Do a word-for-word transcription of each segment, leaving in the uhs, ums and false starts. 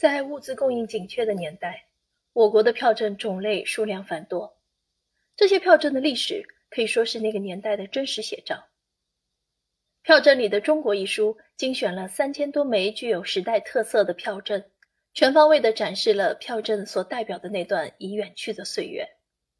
在物资供应紧缺的年代，我国的票证种类数量繁多。这些票证的历史可以说是那个年代的真实写照。票证里的中国一书精选了三千多枚具有时代特色的票证，全方位地展示了票证所代表的那段已远去的岁月。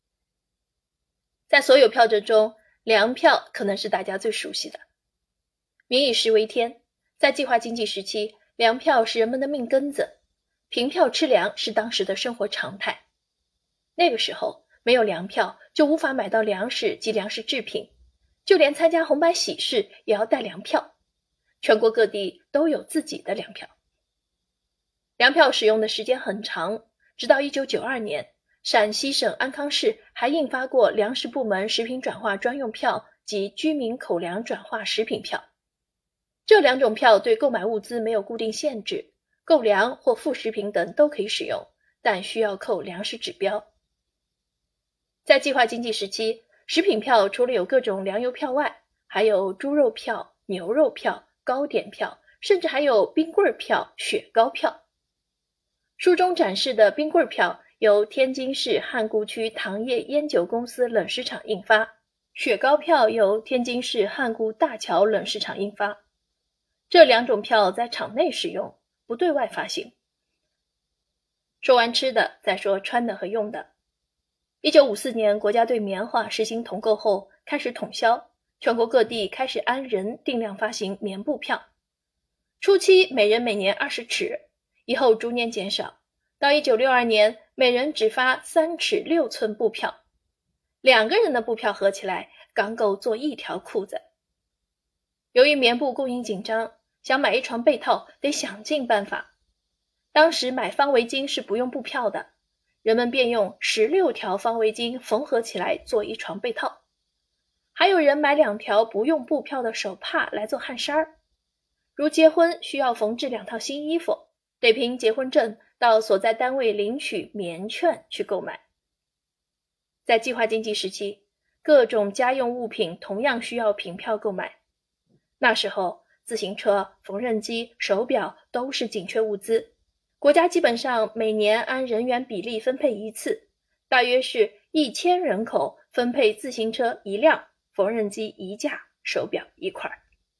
在所有票证中，粮票可能是大家最熟悉的。民以食为天，在计划经济时期，粮票是人们的命根子，凭票吃粮是当时的生活常态。那个时候没有粮票，就无法买到粮食及粮食制品，就连参加红白喜事也要带粮票。全国各地都有自己的粮票。粮票使用的时间很长，直到一九九二年，陕西省安康市还印发过粮食部门食品转化专用票及居民口粮转化食品票。这两种票对购买物资没有固定限制，购粮或副食品等都可以使用，但需要扣粮食指标。在计划经济时期，食品票除了有各种粮油票外，还有猪肉票、牛肉票、糕点票，甚至还有冰棍票、雪糕票。书中展示的冰棍票由天津市汉沽区糖业烟酒公司冷市场印发，雪糕票由天津市汉沽大桥冷市场印发。这两种票在场内使用，不对外发行。说完吃的，再说穿的和用的。一九五四年，国家对棉花实行统购后，开始统销，全国各地开始按人定量发行棉布票。初期每人每年二十尺，以后逐年减少，到一九六二年，每人只发三尺六寸布票，两个人的布票合起来刚够做一条裤子。由于棉布供应紧张，想买一床被套得想尽办法。当时买方围巾是不用布票的，人们便用十六条方围巾缝合起来做一床被套。还有人买两条不用布票的手帕来做汗衫儿。如结婚需要缝制两套新衣服，得凭结婚证到所在单位领取棉券去购买。在计划经济时期，各种家用物品同样需要凭票购买。那时候自行车、缝纫机、手表都是紧缺物资，国家基本上每年按人员比例分配一次，大约是一千人口分配自行车一辆，缝纫机一架，手表一块。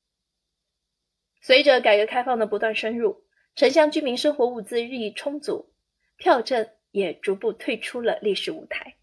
随着改革开放的不断深入，城乡居民生活物资日益充足，票证也逐步退出了历史舞台。